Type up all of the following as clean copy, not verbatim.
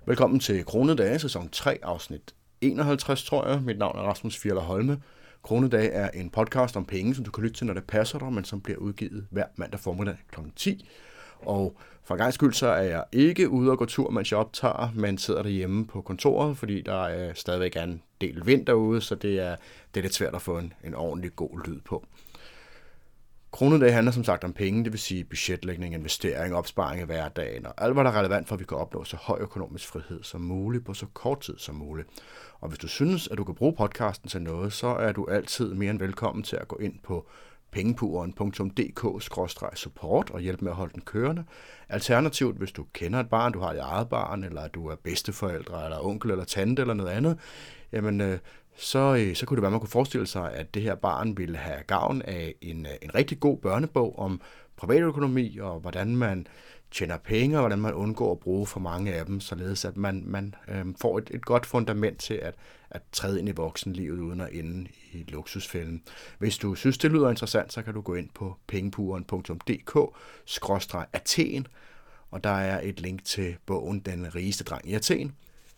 Velkommen til Kronedage, sæson 3, afsnit 51, tror jeg. Mit navn er Rasmus Fjeller Holme. Kronedage er en podcast om penge, som du kan lytte til, når det passer dig, men som bliver udgivet hver mandag formiddag kl. 10. Og for en gang skyld, så er jeg ikke ude og gå tur, mens jeg optager, men sidder derhjemme på kontoret, fordi der er stadigvæk en del vind derude, så det er lidt svært at få en ordentlig god lyd på. Kronedage handler som sagt om penge, det vil sige budgetlægning, investering, opsparing i hverdagen og alt, hvad der er relevant for, at vi kan opnå så høj økonomisk frihed som muligt på så kort tid som muligt. Og hvis du synes, at du kan bruge podcasten til noget, så er du altid mere end velkommen til at gå ind på pengepuren.dk/support og hjælpe med at holde den kørende. Alternativt, hvis du kender et barn, du har et eget barn, eller du er bedsteforældre, eller onkel, eller tante, eller noget andet, jamen så kunne det være, man kunne forestille sig, at det her barn ville have gavn af en rigtig god børnebog om privatøkonomi, og hvordan man tjener penge, og hvordan man undgår at bruge for mange af dem, således at man får et godt fundament til at træde ind i voksenlivet, uden at ende i luksusfælden. Hvis du synes, det lyder interessant, så kan du gå ind på pengepuren.dk/Athen, og der er et link til bogen Den rigeste dreng i Athen.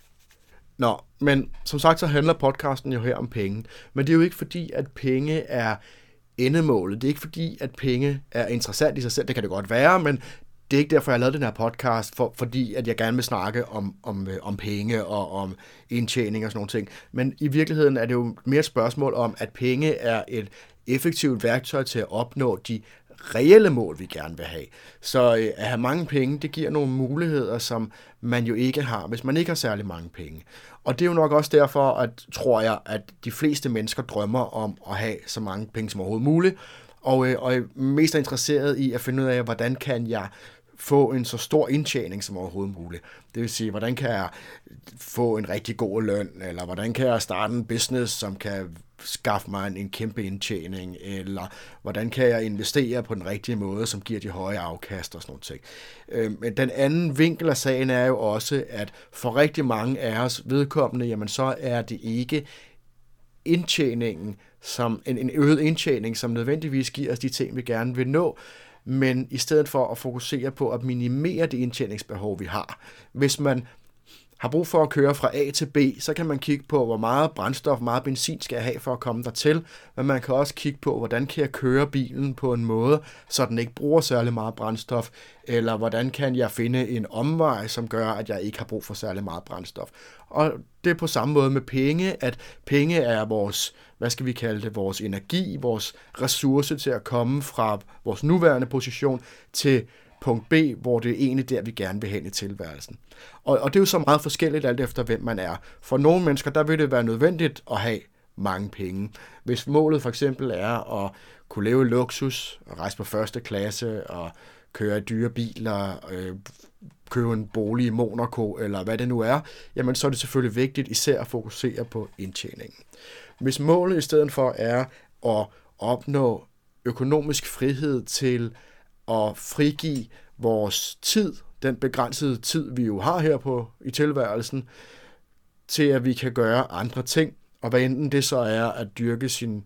Nå, men som sagt, så handler podcasten jo her om penge. Men det er jo ikke fordi, at penge er endemålet. Det er ikke fordi, at penge er interessant i sig selv. Det kan det godt være, men det er ikke derfor, jeg har lavet den her podcast, fordi at jeg gerne vil snakke om penge og om indtjening og sådan nogle ting. Men i virkeligheden er det jo mere et spørgsmål om, at penge er et effektivt værktøj til at opnå de reelle mål, vi gerne vil have. Så at have mange penge, det giver nogle muligheder, som man jo ikke har, hvis man ikke har særlig mange penge. Og det er jo nok også derfor, tror jeg, at de fleste mennesker drømmer om at have så mange penge som overhovedet muligt, og er mest interesseret i at finde ud af, hvordan kan jeg få en så stor indtjening som overhovedet muligt. Det vil sige, hvordan kan jeg få en rigtig god løn, eller hvordan kan jeg starte en business, som kan skaffe mig en kæmpe indtjening, eller hvordan kan jeg investere på den rigtige måde, som giver de høje afkast og sådan noget ting. Men den anden vinkel af sagen er jo også, at for rigtig mange af os vedkommende, jamen så er det ikke indtjeningen, som en øget indtjening, som nødvendigvis giver os de ting, vi gerne vil nå, men i stedet for at fokusere på at minimere det indtjeningsbehov, vi har. Hvis man har brug for at køre fra A til B, så kan man kigge på, hvor meget brændstof, meget benzin skal jeg have for at komme dertil, men man kan også kigge på, hvordan kan jeg køre bilen på en måde, så den ikke bruger særlig meget brændstof, eller hvordan kan jeg finde en omvej, som gør, at jeg ikke har brug for særlig meget brændstof. Og det er på samme måde med penge, at penge er vores, vores energi, vores ressource til at komme fra vores nuværende position til punkt B, hvor det er egentlig der, vi gerne vil hen i tilværelsen. Og det er jo så meget forskelligt alt efter, hvem man er. For nogle mennesker, der vil det være nødvendigt at have mange penge. Hvis målet for eksempel er at kunne leve i luksus, rejse på første klasse og køre i dyre biler, købe en bolig i Monaco, eller hvad det nu er, jamen så er det selvfølgelig vigtigt især at fokusere på indtjeningen. Hvis målet i stedet for er at opnå økonomisk frihed til at frigive vores tid, den begrænsede tid, vi jo har her i tilværelsen, til at vi kan gøre andre ting, og hvad enten det så er at dyrke sin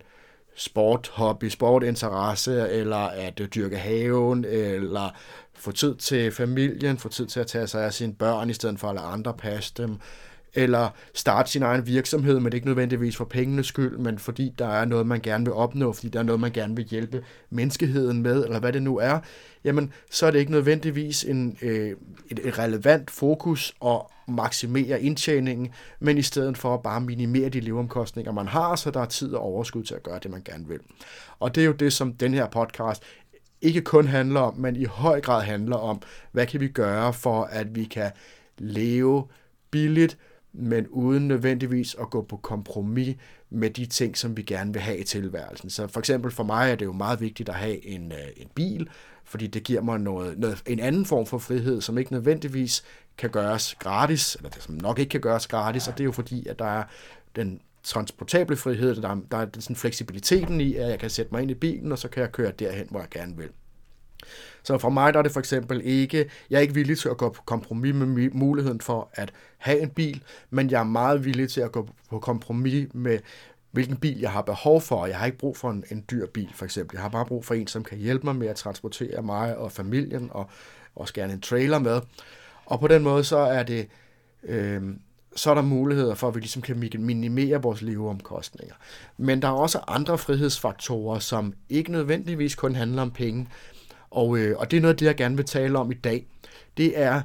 sportinteresse, eller at dyrke haven, eller få tid til familien, få tid til at tage sig af sine børn, i stedet for at lade andre passe dem, eller starte sin egen virksomhed, men det er ikke nødvendigvis for pengenes skyld, men fordi der er noget, man gerne vil opnå, fordi der er noget, man gerne vil hjælpe menneskeheden med, eller hvad det nu er, jamen så er det ikke nødvendigvis et relevant fokus at maksimere indtjeningen, men i stedet for bare minimere de leveomkostninger, man har, så der er tid og overskud til at gøre det, man gerne vil. Og det er jo det, som den her podcast ikke kun handler om, men i høj grad handler om, hvad kan vi gøre for, at vi kan leve billigt, men uden nødvendigvis at gå på kompromis med de ting, som vi gerne vil have i tilværelsen. Så for eksempel for mig er det jo meget vigtigt at have en bil, fordi det giver mig en anden form for frihed, som ikke nødvendigvis kan gøres gratis, eller som nok ikke kan gøres gratis, og det er jo fordi, at der er den transportable frihed, der er sådan fleksibiliteten i, at jeg kan sætte mig ind i bilen, og så kan jeg køre derhen, hvor jeg gerne vil. Så for mig der er det for eksempel ikke, jeg er ikke villig til at gå på kompromis med muligheden for at have en bil, men jeg er meget villig til at gå på kompromis med, hvilken bil jeg har behov for. Jeg har ikke brug for en dyr bil for eksempel. Jeg har bare brug for en, som kan hjælpe mig med at transportere mig og familien, og også gerne en trailer med. Og på den måde så er det så er der muligheder for, at vi ligesom kan minimere vores leveomkostninger. Men der er også andre frihedsfaktorer, som ikke nødvendigvis kun handler om penge. Og det er noget af det, jeg gerne vil tale om i dag. Det er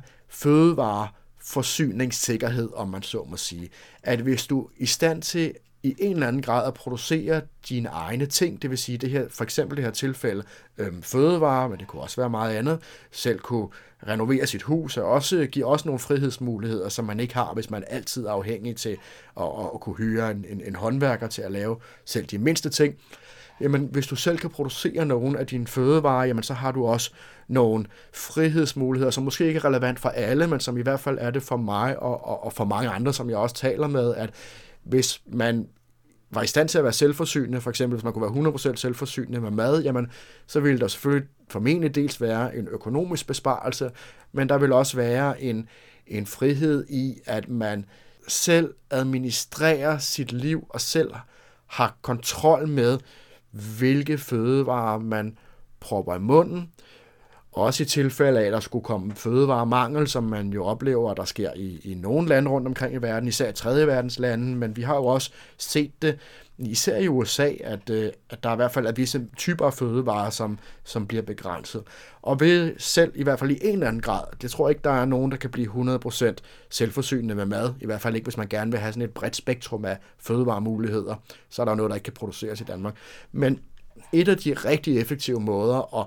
fødevareforsyningssikkerhed, om man så må sige. At hvis du er i stand til i en eller anden grad at producere dine egne ting, det vil sige det her, for eksempel det her tilfælde fødevarer, men det kunne også være meget andet, selv kunne renovere sit hus og også give også nogle frihedsmuligheder, som man ikke har, hvis man altid er afhængig til at kunne hyre en håndværker til at lave selv de mindste ting. Jamen, hvis du selv kan producere nogle af dine fødevarer, jamen, så har du også nogle frihedsmuligheder, som måske ikke er relevant for alle, men som i hvert fald er det for mig og for mange andre, som jeg også taler med, at hvis man var i stand til at være selvforsynende, for eksempel hvis man kunne være 100% selvforsynende med mad, jamen, så ville der selvfølgelig formentlig dels være en økonomisk besparelse, men der vil også være en frihed i, at man selv administrerer sit liv og selv har kontrol med, hvilke fødevarer man propper i munden. Også i tilfælde af, at der skulle komme fødevaremangel, som man jo oplever, at der sker i nogle lande rundt omkring i verden, især i tredje verdens lande, men vi har jo også set det, især i USA, at der i hvert fald er visse typer af fødevarer, som bliver begrænset. Og ved selv, i hvert fald i en eller anden grad, det tror jeg ikke, der er nogen, der kan blive 100% selvforsynende med mad, i hvert fald ikke, hvis man gerne vil have sådan et bredt spektrum af fødevaremuligheder, så er der noget, der ikke kan produceres i Danmark. Men et af de rigtig effektive måder at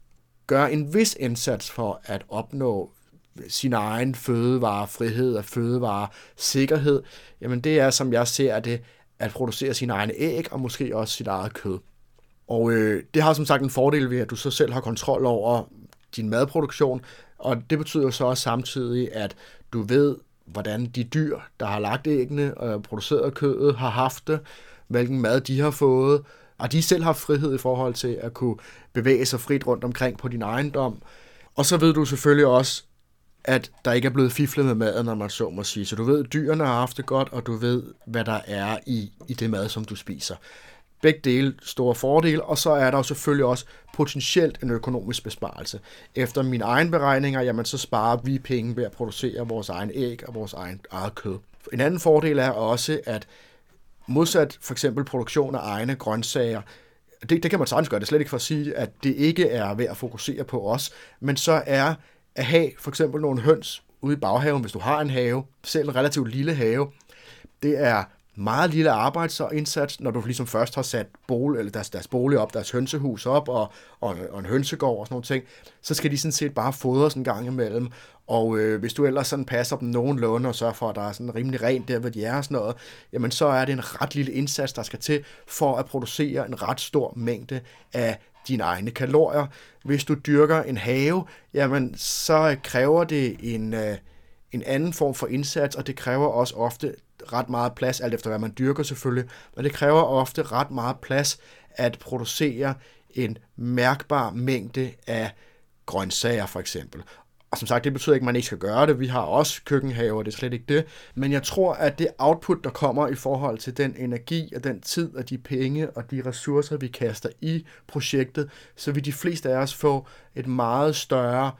gøre en vis indsats for at opnå sin egen fødevarefrihed og fødevaresikkerhed, jamen det er, som jeg ser det, at producere sine egne æg og måske også sit eget kød. Og det har som sagt en fordel ved, at du så selv har kontrol over din madproduktion, og det betyder jo så også samtidig, at du ved, hvordan de dyr, der har lagt æggene og produceret kødet, har haft det, hvilken mad de har fået, og de selv har frihed i forhold til at kunne bevæge sig frit rundt omkring på din ejendom. Og så ved du selvfølgelig også, at der ikke er blevet fiflet med maden, når man så må sige. Så du ved, at dyrene har haft det godt, og du ved, hvad der er i det mad, som du spiser. Begge dele store fordele, og så er der jo selvfølgelig også potentielt en økonomisk besparelse. Efter mine egne beregninger, jamen så sparer vi penge ved at producere vores egen æg og vores eget kød. En anden fordel er også, at modsat for eksempel produktion af egne grøntsager, det kan man sagtens gøre, det er slet ikke for at sige, at det ikke er ved at fokusere på os, men så er at have for eksempel nogle høns ude i baghaven, hvis du har en have, selv en relativt lille have, det er meget lille arbejdsindsats, når du ligesom først har sat deres bolig op, deres hønsehus op og en hønsegård og sådan nogle ting, så skal de sådan set bare fodres en gang imellem. Og hvis du ellers sådan passer dem nogenlunde og sørger for, at der er sådan rimelig rent der, hvor de er og sådan noget, jamen så er det en ret lille indsats, der skal til for at producere en ret stor mængde af dine egne kalorier. Hvis du dyrker en have, jamen så kræver det en anden form for indsats, og det kræver også ofte ret meget plads, alt efter hvad man dyrker selvfølgelig, men det kræver ofte ret meget plads at producere en mærkbar mængde af grøntsager for eksempel. Og som sagt, det betyder ikke, at man ikke skal gøre det. Vi har også køkkenhaver, det er slet ikke det. Men jeg tror, at det output, der kommer i forhold til den energi og den tid og de penge og de ressourcer, vi kaster i projektet, så vil de fleste af os få et meget større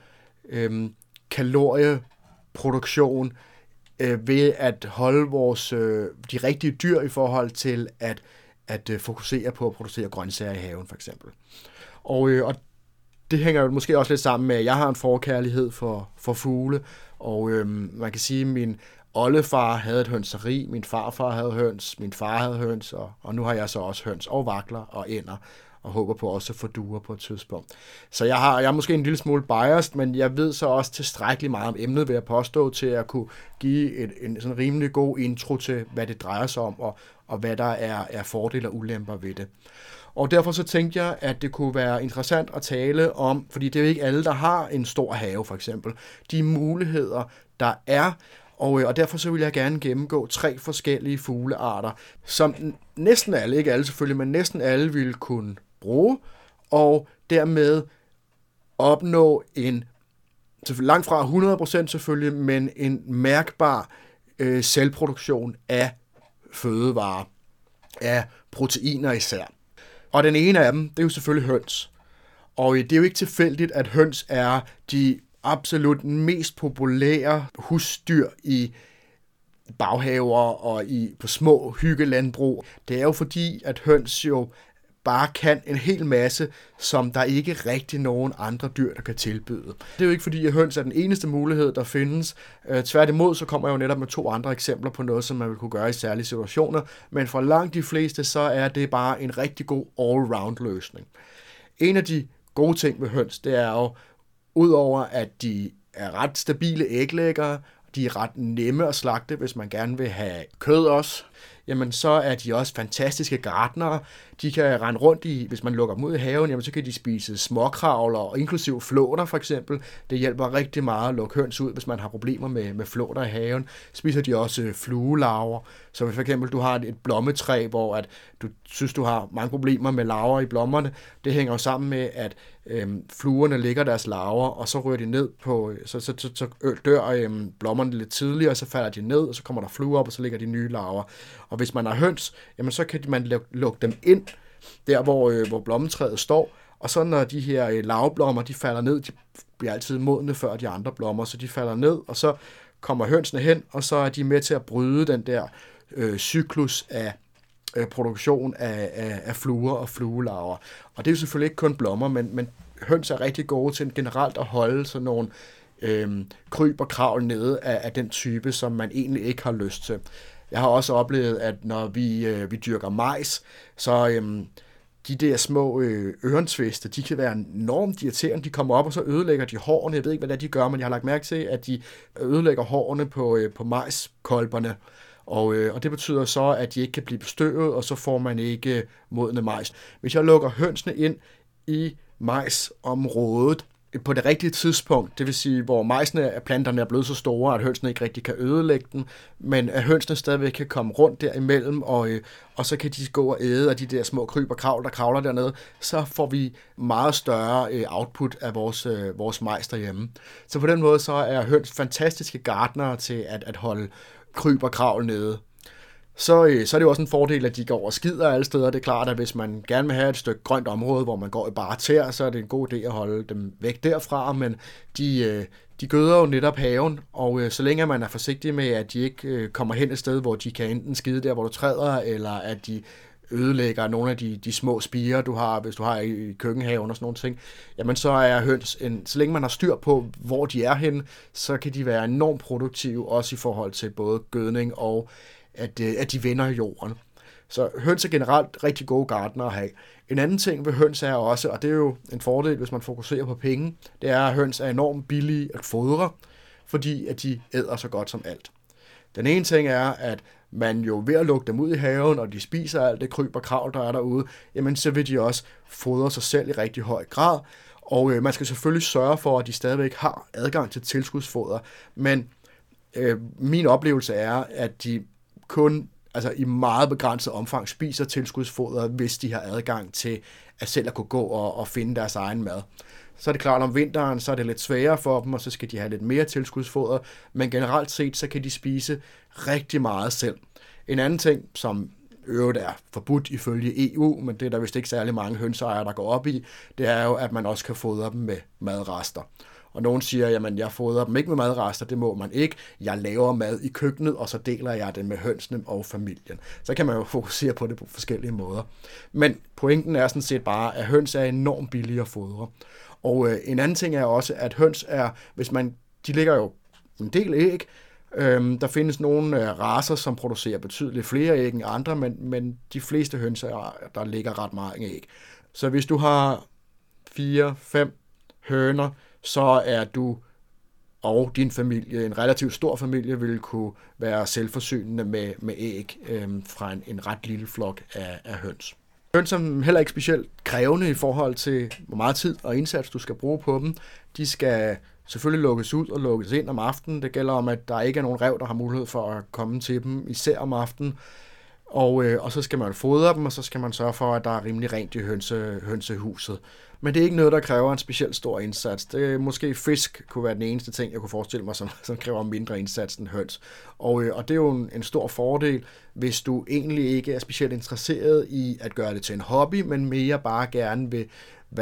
kalorieproduktion ved at holde de rigtige dyr i forhold til at fokusere på at producere grøntsager i haven for eksempel. Og det hænger jo måske også lidt sammen med, at jeg har en forkærlighed for fugle, og man kan sige, at min oldefar havde et hønseri, min farfar havde høns, min far havde høns, og nu har jeg så også høns og vakler og ænder, og håber på også at få duer på et tidspunkt. Så jeg er måske en lille smule biased, men jeg ved så også tilstrækkeligt meget om emnet, ved at påstå til at kunne give en sådan rimelig god intro til, hvad det drejer sig om, og hvad der er fordele og ulemper ved det. Og derfor så tænkte jeg, at det kunne være interessant at tale om, fordi det er jo ikke alle, der har en stor have for eksempel, de muligheder, der er, og derfor så vil jeg gerne gennemgå 3 forskellige fuglearter, som næsten alle, ikke alle selvfølgelig, men næsten alle ville kunne bruge, og dermed opnå langt fra 100% selvfølgelig, men en mærkbar selvproduktion af fødevarer, af proteiner især. Og den ene af dem, det er jo selvfølgelig høns. Og det er jo ikke tilfældigt, at høns er de absolut mest populære husdyr i baghaver og på små hyggelandbrug. Det er jo fordi, at høns jo bare kan en hel masse, som der ikke rigtig nogen andre dyr, der kan tilbyde. Det er jo ikke fordi, at høns er den eneste mulighed, der findes. Tværtimod, så kommer jeg jo netop med 2 andre eksempler på noget, som man vil kunne gøre i særlige situationer, men for langt de fleste, så er det bare en rigtig god all-round løsning. En af de gode ting ved høns, det er jo, udover at de er ret stabile æglæggere, de er ret nemme at slagte, hvis man gerne vil have kød også, jamen så er de også fantastiske gartnere. De kan rende rundt hvis man lukker dem ud i haven, jamen så kan de spise småkravler, og inklusive flåter for eksempel. Det hjælper rigtig meget at lukke høns ud, hvis man har problemer med flåter i haven. Spiser de også fluelarver. Så hvis for eksempel du har et blommetræ, hvor at du synes, du har mange problemer med larver i blommerne, det hænger jo sammen med, at fluerne lægger deres larver, og så rører de ned på, så dør blommerne lidt tidligere, og så falder de ned, og så kommer der fluer op, og så ligger de nye larver. Og hvis man har høns, jamen så kan man lukke dem ind, der hvor blommetræet står, og så når de her larveblommer, de falder ned, de bliver altid modne før de andre blommer, så de falder ned, og så kommer hønsene hen, og så er de med til at bryde den der cyklus af produktion af fluer og fluelarver. Og det er jo selvfølgelig ikke kun blommer, men høns er rigtig gode til generelt at holde sådan nogle kryb og kravl nede af den type, som man egentlig ikke har lyst til. Jeg har også oplevet, at når vi dyrker majs, så de der små ørentviste, de kan være enormt irriterende. De kommer op, og så ødelægger de hårene. Jeg ved ikke, hvad de gør, men jeg har lagt mærke til, at de ødelægger hårene på majskolberne. Og det betyder så, at de ikke kan blive bestøvet, og så får man ikke modne majs. Hvis jeg lukker hønsene ind i majsområdet på det rigtige tidspunkt, det vil sige, hvor majsene af planterne er blevet så store, at hønsene ikke rigtig kan ødelægge den, men at hønsene stadigvæk kan komme rundt derimellem, og så kan de gå og æde af de der små kryb og kravl, der kravler dernede, så får vi meget større output af vores majs derhjemme. Så på den måde så er høns fantastiske gartnere til at holde kryb og kravl nede. Så er det jo også en fordel, at de går og skider alle steder. Det er klart, at hvis man gerne vil have et stykke grønt område, hvor man går i bare tæer, så er det en god idé at holde dem væk derfra, men de gøder jo netop haven, og så længe man er forsigtig med, at de ikke kommer hen et sted, hvor de kan enten skide der, hvor du træder, eller at de ødelægger nogle af de små spirer, du har, hvis du har i køkkenhaven og sådan nogle ting, jamen så er høns, så længe man har styr på, hvor de er henne, så kan de være enormt produktive, også i forhold til både gødning og at de vender jorden. Så høns er generelt rigtig gode gartnere at have. En anden ting ved høns er også, og det er jo en fordel, hvis man fokuserer på penge, det er, at høns er enormt billige at fodre, fordi at de æder så godt som alt. Den ene ting er, at man jo ved at lukke dem ud i haven, og de spiser alt det kryb og kravl, der er derude, jamen så vil de også fodre sig selv i rigtig høj grad, og man skal selvfølgelig sørge for, at de stadigvæk har adgang til tilskudsfoder, men min oplevelse er, at de kun i meget begrænset omfang spiser tilskudsfoder, hvis de har adgang til at selv at kunne gå og finde deres egen mad. Så er det klart, om vinteren, så er det lidt sværere for dem, og så skal de have lidt mere tilskudsfoder, men generelt set, så kan de spise rigtig meget selv. En anden ting, som øvrigt er forbudt ifølge EU, men det er der vist ikke særlig mange hønseejere, der går op i, det er jo, at man også kan fodre dem med madrester. Og nogen siger, jamen jeg fodrer dem ikke med madrester, det må man ikke. Jeg laver mad i køkkenet, og så deler jeg det med hønsene og familien. Så kan man jo fokusere på det på forskellige måder. Men pointen er sådan set bare, at høns er enormt billige at fodre. Og en anden ting er også, at høns er, de lægger jo en del æg. Der findes nogle racer, som producerer betydeligt flere æg end andre, men de fleste høns der ligger ret mange æg. Så hvis du har 4-5 høner, så er du og din familie, en relativt stor familie, vil kunne være selvforsynende med æg fra en ret lille flok af høns. Høns er heller ikke specielt krævende i forhold til, hvor meget tid og indsats du skal bruge på dem. De skal selvfølgelig lukkes ud og lukkes ind om aftenen. Det gælder om, at der ikke er nogen ræv, der har mulighed for at komme til dem, især om aftenen. Og så skal man fodre dem, og så skal man sørge for, at der er rimelig rent i hønsehuset. Men det er ikke noget, der kræver en specielt stor indsats. Måske fisk kunne være den eneste ting, jeg kunne forestille mig, som kræver mindre indsats end høns. Og det er jo en stor fordel, hvis du egentlig ikke er specielt interesseret i at gøre det til en hobby, men mere bare gerne vil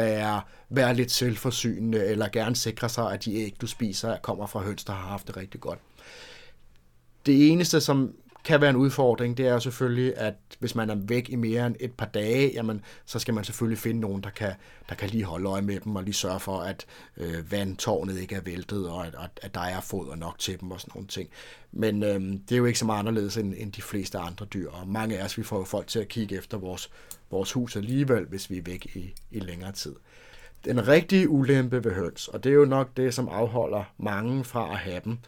være lidt selvforsynende, eller gerne sikre sig, at de æg, du spiser, kommer fra høns, der har haft det rigtig godt. Det eneste, som kan være en udfordring, det er jo selvfølgelig, at hvis man er væk i mere end et par dage, jamen, så skal man selvfølgelig finde nogen, der kan lige holde øje med dem, og lige sørge for, at vandtårnet ikke er væltet, og at der er foder nok til dem og sådan nogle ting. Men det er jo ikke så meget anderledes end de fleste andre dyr, og mange af os, vi får jo folk til at kigge efter vores hus alligevel, hvis vi er væk i længere tid. Den rigtige ulempe ved høns, og det er jo nok det, som afholder mange fra at have dem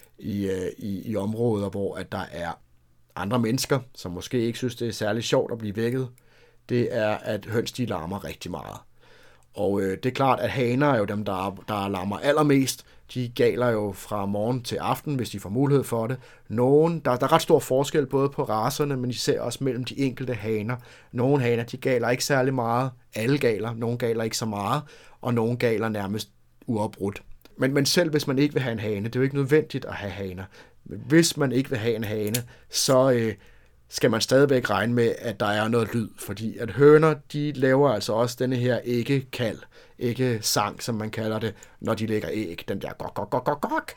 i områder, hvor at der er andre mennesker, som måske ikke synes, det er særlig sjovt at blive vækket, det er, at høns de larmer rigtig meget. Og det er klart, at haner er jo dem, der larmer allermest. De galer jo fra morgen til aften, hvis de får mulighed for det. Der er ret stor forskel både på racerne, men især også mellem de enkelte haner. Nogle haner, de galer ikke særlig meget. Alle galer, nogle galer ikke så meget, og nogle galer nærmest uafbrudt. Men selv hvis man ikke vil have en hane, det er jo ikke nødvendigt at have haner. Men hvis man ikke vil have en hane, så skal man stadigvæk regne med, at der er noget lyd. Fordi at høner, de laver altså også denne her æggekald, æggesang, som man kalder det, når de lægger æg. Den der gok, gok, gok, gok, gok.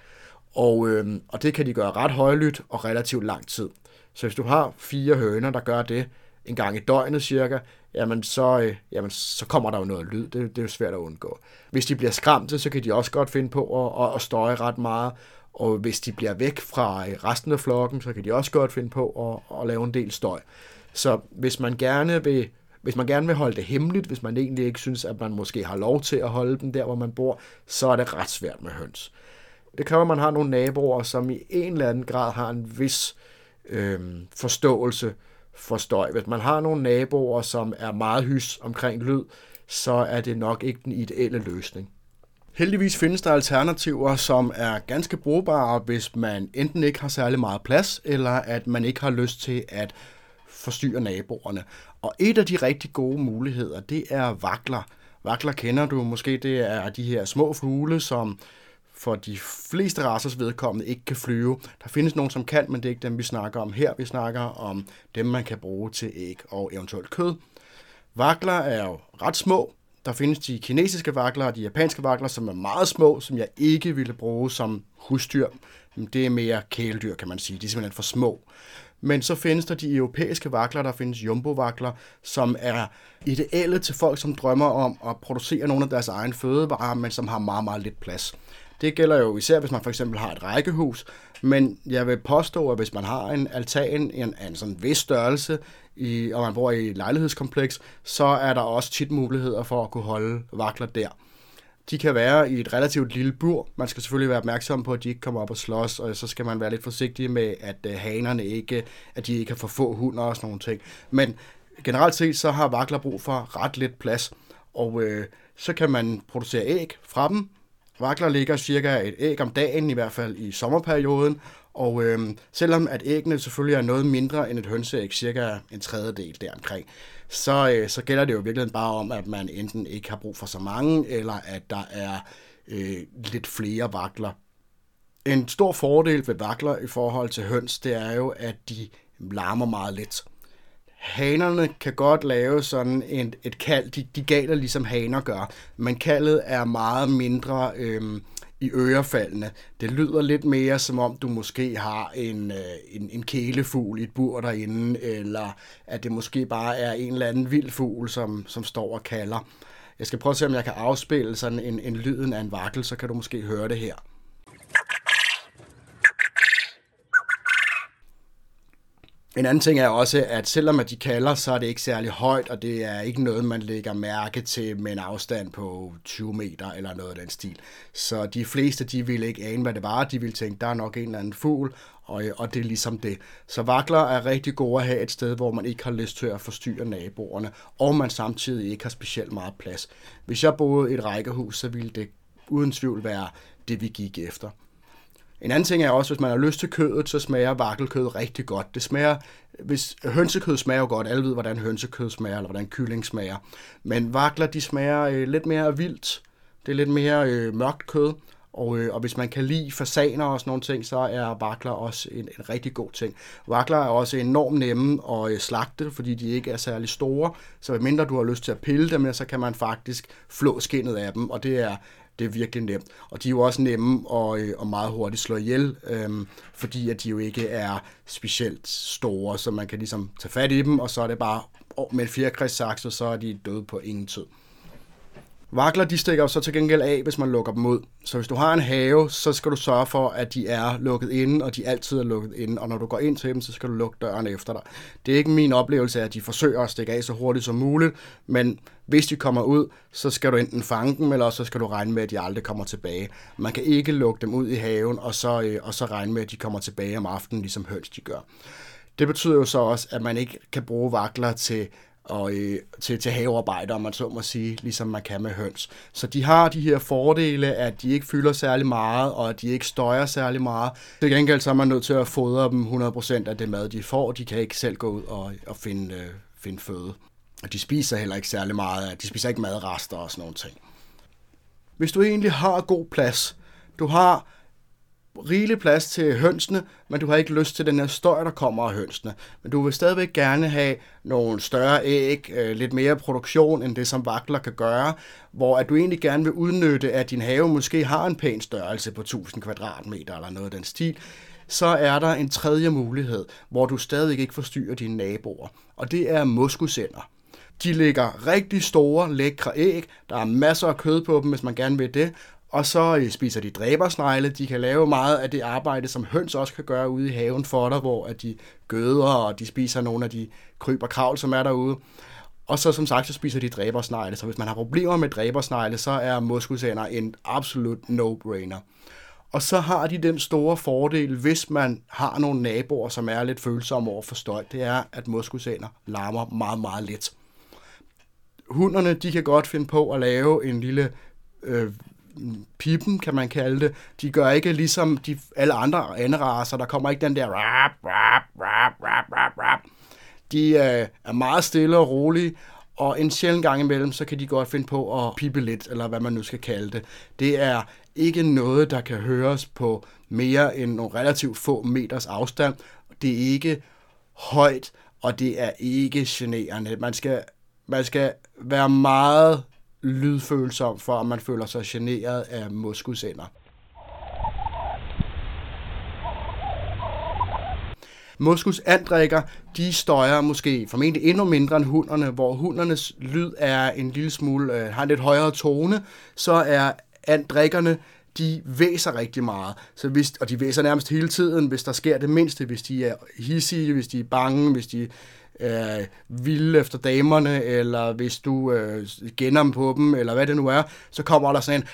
Og det kan de gøre ret højlydt og relativt lang tid. Så hvis du har 4 høner, der gør det en gang i døgnet cirka, så kommer der jo noget lyd. Det er jo svært at undgå. Hvis de bliver skræmte, så kan de også godt finde på at støje ret meget. Og hvis de bliver væk fra resten af flokken, så kan de også godt finde på at lave en del støj. Så hvis man gerne vil holde det hemmeligt, hvis man egentlig ikke synes, at man måske har lov til at holde dem der, hvor man bor, så er det ret svært med høns. Det kræver, at man har nogle naboer, som i en eller anden grad har en vis forståelse for støj. Hvis man har nogle naboer, som er meget hys omkring lyd, så er det nok ikke den ideelle løsning. Heldigvis findes der alternativer, som er ganske brugbare, hvis man enten ikke har særlig meget plads, eller at man ikke har lyst til at forstyrre naboerne. Og et af de rigtig gode muligheder, det er vakler. Vakler kender du måske, det er de her små fugle, som for de fleste racers vedkommende ikke kan flyve. Der findes nogen, som kan, men det er ikke dem, vi snakker om her. Vi snakker om dem, man kan bruge til æg og eventuelt kød. Vakler er jo ret små. Der findes de kinesiske vakler og de japanske vakler, som er meget små, som jeg ikke ville bruge som husdyr. Det er mere kæledyr, kan man sige. De er simpelthen for små. Men så findes der de europæiske vakler, der findes jumbo-vakler, som er ideelle til folk, som drømmer om at producere nogle af deres egen fødevarer, men som har meget, meget lidt plads. Det gælder jo især, hvis man for eksempel har et rækkehus, men jeg vil påstå, at hvis man har en altan en sådan vis størrelse, og man bor i et lejlighedskompleks, så er der også tit muligheder for at kunne holde vakler der. De kan være i et relativt lille bur. Man skal selvfølgelig være opmærksom på, at de ikke kommer op og slås, og så skal man være lidt forsigtig med, at hanerne ikke kan få få hunder og sådan nogle ting. Men generelt set, så har vakler brug for ret lidt plads, og så kan man producere æg fra dem. Vakler lægger cirka et æg om dagen, i hvert fald i sommerperioden, og selvom at æggene selvfølgelig er noget mindre end et hønseæg, cirka en tredjedel deromkring, så gælder det jo virkelig bare om, at man enten ikke har brug for så mange, eller at der er lidt flere vakler. En stor fordel ved vakler i forhold til høns, det er jo, at de larmer meget lidt. Hanerne kan godt lave sådan et kald, de galer ligesom haner gør, men kaldet er meget mindre i ørefaldene. Det lyder lidt mere som om du måske har en kælefugl i et bur derinde, eller at det måske bare er en eller anden vild fugl, som står og kalder. Jeg skal prøve at se, om jeg kan afspille sådan en lyden af en vakkel, så kan du måske høre det her. En anden ting er også, at selvom at de kalder, så er det ikke særlig højt, og det er ikke noget, man lægger mærke til med en afstand på 20 meter eller noget af den stil. Så de fleste, de ville ikke ane, hvad det var. De ville tænke, der er nok en eller anden fugl, og det er ligesom det. Så vakler er rigtig gode at have et sted, hvor man ikke har lyst til at forstyrre naboerne, og man samtidig ikke har specielt meget plads. Hvis jeg boede i et rækkehus, så ville det uden tvivl være det, vi gik efter. En anden ting er også, hvis man har lyst til kødet, så smager vakkelkød rigtig godt. Hønsekød smager jo godt. Alle ved, hvordan hønsekød smager, eller hvordan kylling smager. Men vakler, de smager lidt mere vildt. Det er lidt mere mørkt kød. Og hvis man kan lide fasaner og sådan nogle ting, så er vakler også en rigtig god ting. Vakler er også enormt nemme at slagte, fordi de ikke er særlig store. Så mindre du har lyst til at pille dem, så kan man faktisk flå skindet af dem. Og det er Det er virkelig nemt. Og de er jo også nemme og meget hurtigt slå ihjel, fordi at de jo ikke er specielt store, så man kan ligesom tage fat i dem, og så er det bare med en fjerkræssaks, og så er de døde på ingen tid. Vagler, de stikker jo så til gengæld af, hvis man lukker dem ud. Så hvis du har en have, så skal du sørge for, at de er lukket inde, og de altid er lukket inde. Og når du går ind til dem, så skal du lukke døren efter dig. Det er ikke min oplevelse, at de forsøger at stikke af så hurtigt som muligt, men hvis de kommer ud, så skal du enten fange dem, eller så skal du regne med, at de aldrig kommer tilbage. Man kan ikke lukke dem ud i haven, og så regne med, at de kommer tilbage om aftenen, ligesom høns de gør. Det betyder jo så også, at man ikke kan bruge vagler til havearbejde, om man så må sige, ligesom man kan med høns. Så de har de her fordele, at de ikke fylder særlig meget, og at de ikke støjer særlig meget. Til gengæld så er man nødt til at fodre dem 100% af det mad, de får. De kan ikke selv gå ud og finde føde. Og de spiser heller ikke særlig meget. De spiser ikke madrester og sådan nogle ting. Hvis du egentlig har god plads, du har rigelig plads til hønsene, men du har ikke lyst til den her støj, der kommer af hønsene. Men du vil stadigvæk gerne have nogle større æg, lidt mere produktion, end det som vagler kan gøre, hvor at du egentlig gerne vil udnytte, at din have måske har en pæn størrelse på 1000 kvadratmeter eller noget af den stil, så er der en tredje mulighed, hvor du stadig ikke forstyrrer dine naboer, og det er moskusænder. De lægger rigtig store, lækre æg, der er masser af kød på dem, hvis man gerne vil det, og så spiser de dræbersnegle. De kan lave meget af det arbejde, som høns også kan gøre ude i haven for dig, hvor at de gøder, og de spiser nogle af de kryb og kravl, som er derude. Og så som sagt, så spiser de dræbersnegle. Så hvis man har problemer med dræbersnegle, så er moskusænder en absolut no-brainer. Og så har de den store fordel, hvis man har nogle naboer, som er lidt følsomme over for støj, det er, at moskusænder larmer meget, meget let. Hunderne, de kan godt finde på at lave en lille pippen, kan man kalde det. De gør ikke ligesom alle andre anderacer, der kommer ikke den der rap, rap, rap, rap, rap, rap. De er meget stille og rolige, og en sjælden gang imellem, så kan de godt finde på at pippe lidt, eller hvad man nu skal kalde det. Det er ikke noget, der kan høres på mere end nogle relativt få meters afstand. Det er ikke højt, og det er ikke generende. Man skal være meget lydfølsom for, at man føler sig generet af moskusænder. Moskusandrikker, de støjer måske formentlig endnu mindre end hunderne, hvor hundernes lyd er en lille smule, har en lidt højere tone, så er andrikkerne, de væser rigtig meget. Og de væser nærmest hele tiden, hvis der sker det mindste, hvis de er hidsige, hvis de er bange, hvis de vilde efter damerne, eller hvis du genner dem på dem, eller hvad det nu er, så kommer der sådan en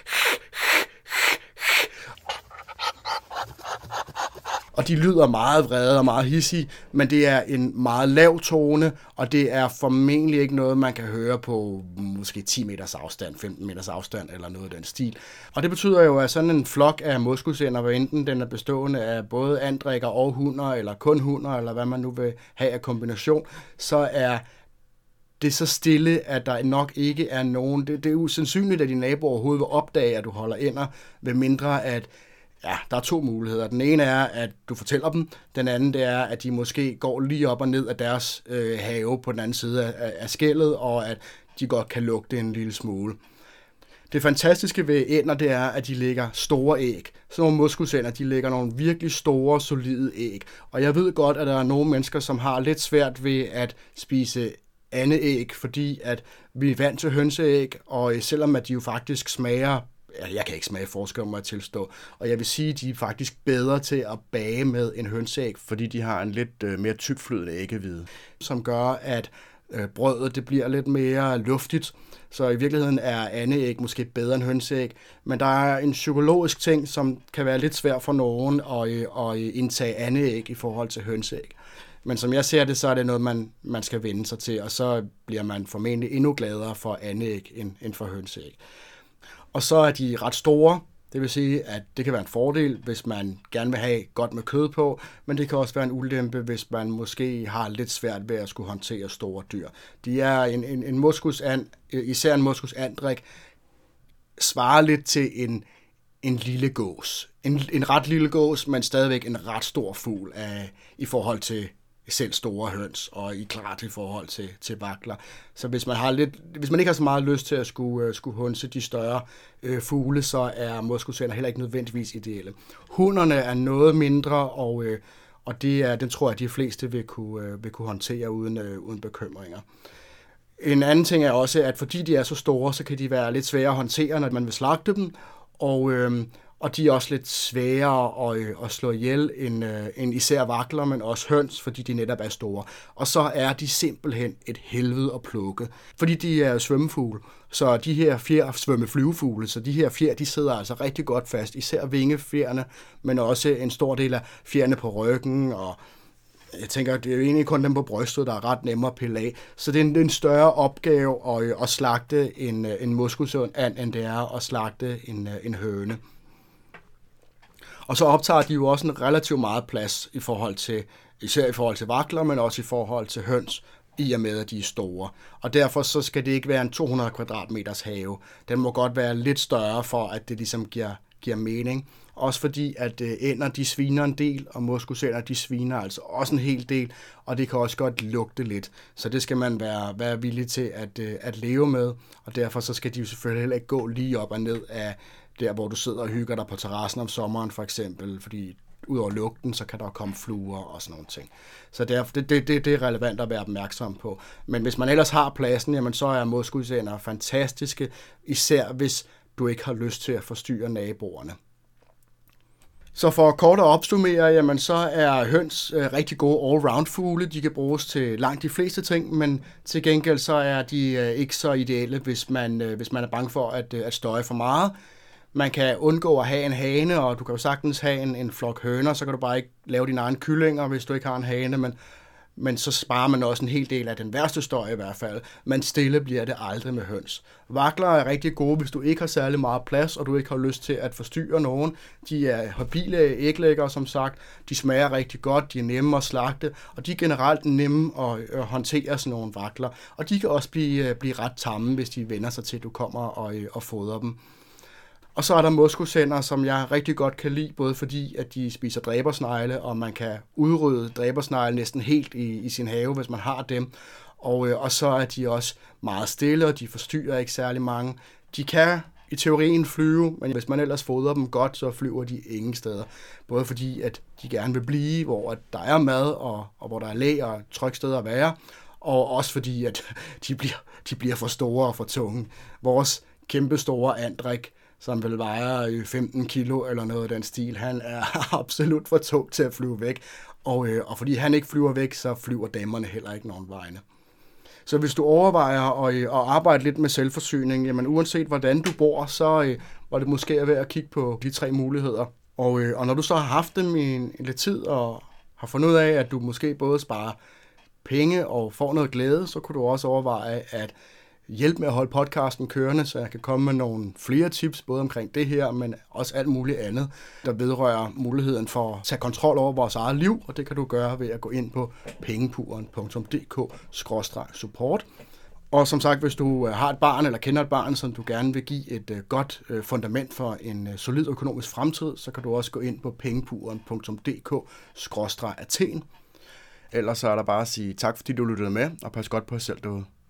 og de lyder meget vrede og meget hissige, men det er en meget lav tone, og det er formentlig ikke noget, man kan høre på måske 10 meters afstand, 15 meters afstand eller noget af den stil. Og det betyder jo, at sådan en flok af moskusænder, hvor enten den er bestående af både andrikker og hunder, eller kun hunder, eller hvad man nu vil have af kombination, så er det er så stille, at der nok ikke er nogen. Det er usandsynligt, at dine naboer overhovedet vil opdage, at du holder ænder, ved mindre at der er 2 muligheder. Den ene er, at du fortæller dem. Den anden, det er, at de måske går lige op og ned af deres have på den anden side af skellet, og at de godt kan lugte en lille smule. Det fantastiske ved ænder, det er, at de lægger store æg. Sådan nogle moskusænder, de lægger nogle virkelig store, solide æg. Og jeg ved godt, at der er nogle mennesker, som har lidt svært ved at spise andeæg, fordi at vi er vant til hønseæg, og selvom at de jo faktisk smager, jeg kan ikke smage forskel, må jeg tilstå, og jeg vil sige, at de er faktisk bedre til at bage med en hønseæg, fordi de har en lidt mere tykflydende æggehvide, som gør, at brødet det bliver lidt mere luftigt, så i virkeligheden er andeæg måske bedre end hønseæg, men der er en psykologisk ting, som kan være lidt svært for nogen at indtage andeæg i forhold til hønseæg. Men som jeg ser det, så er det noget, man skal vende sig til, og så bliver man formentlig endnu gladere for andeæg end for hønseæg. Og så er de ret store, det vil sige, at det kan være en fordel, hvis man gerne vil have godt med kød på, men det kan også være en ulempe, hvis man måske har lidt svært ved at skulle håndtere store dyr. De er en moskusand, især en moskusandrik, svarer lidt til en lille gås. En ret lille gås, men stadigvæk en ret stor fugl i forhold til selv store høns, og i klart i forhold til vakler. Så hvis man ikke har så meget lyst til at skulle hunse de større fugle, så er moskusænder heller ikke nødvendigvis ideelle. Hunderne er noget mindre, og den tror jeg, de fleste vil kunne håndtere uden bekymringer. En anden ting er også, at fordi de er så store, så kan de være lidt svære at håndtere, når man vil slagte dem, og de er også lidt sværere at slå ihjel end især vakler, men også høns, fordi de netop er store. Og så er de simpelthen et helvede at plukke, fordi de er svømmefugle. Så de her fjer svømmeflyvefugle, så de her fjer, de sidder altså rigtig godt fast, især vingefjerne, men også en stor del af fjerne på ryggen, og jeg tænker, det er jo egentlig kun dem på brystet, der er ret nemmere at pille af. Så det er en større opgave at slagte en moskusand, end det er at slagte en høne. Og så optager de jo også en relativt meget plads især i forhold til vakler, men også i forhold til høns, i og med, at de er store. Og derfor så skal det ikke være en 200 kvadratmeters have. Den må godt være lidt større, for at det ligesom giver mening. Også fordi, at ænder, de sviner en del, og moskusænder, de sviner altså også en hel del, og det kan også godt lugte lidt. Så det skal man være villig til at leve med, og derfor så skal de jo selvfølgelig heller ikke gå lige op og ned af der, hvor du sidder og hygger dig på terrassen om sommeren for eksempel, fordi udover lugten, så kan der komme fluer og sådan nogle ting. Så det er relevant at være opmærksom på. Men hvis man ellers har pladsen, jamen så er moskusænder fantastiske, især hvis du ikke har lyst til at forstyrre naboerne. Så for kort at opsummere, jamen så er høns rigtig gode all-round fugle. De kan bruges til langt de fleste ting, men til gengæld så er de ikke så ideelle, hvis man er bange for at støje for meget. Man kan undgå at have en hane, og du kan jo sagtens have en flok høner, så kan du bare ikke lave dine egne kyllinger, hvis du ikke har en hane, men så sparer man også en hel del af den værste støj i hvert fald. Men stille bliver det aldrig med høns. Vakler er rigtig gode, hvis du ikke har særlig meget plads, og du ikke har lyst til at forstyrre nogen. De er habile æglæggere, som sagt. De smager rigtig godt, de er nemme at slagte, og de er generelt nemme at håndtere sådan nogle vakler. Og de kan også blive ret tamme, hvis de vender sig til, at du kommer og fodrer dem. Og så er der moskusænder, som jeg rigtig godt kan lide, både fordi, at de spiser dræbersnegle, og man kan udrydde dræbersnegle næsten helt i sin have, hvis man har dem. Og så er de også meget stille, og de forstyrrer ikke særlig mange. De kan i teorien flyve, men hvis man ellers fodrer dem godt, så flyver de ingen steder. Både fordi, at de gerne vil blive, hvor der er mad, og hvor der er læ og et trygt sted at være, og også fordi, at de bliver for store og for tunge. Vores kæmpe store Andrik, som vil veje 15 kilo eller noget af den stil, han er absolut for tung til at flyve væk. Og fordi han ikke flyver væk, så flyver damerne heller ikke nogen vegne. Så hvis du overvejer at arbejde lidt med selvforsyning, jamen uanset hvordan du bor, så var det måske værd at kigge på de 3 muligheder. Og når du så har haft dem i lidt tid og har fundet ud af, at du måske både sparer penge og får noget glæde, så kunne du også overveje at hjælpe med at holde podcasten kørende, så jeg kan komme med nogle flere tips, både omkring det her, men også alt muligt andet, der vedrører muligheden for at tage kontrol over vores eget liv, og det kan du gøre ved at gå ind på pengepuren.dk/support. Og som sagt, hvis du har et barn eller kender et barn, som du gerne vil give et godt fundament for en solid økonomisk fremtid, så kan du også gå ind på pengepuren.dk/Athen. Ellers så er der bare at sige tak, fordi du lyttede med, og pas godt på jer selv derude.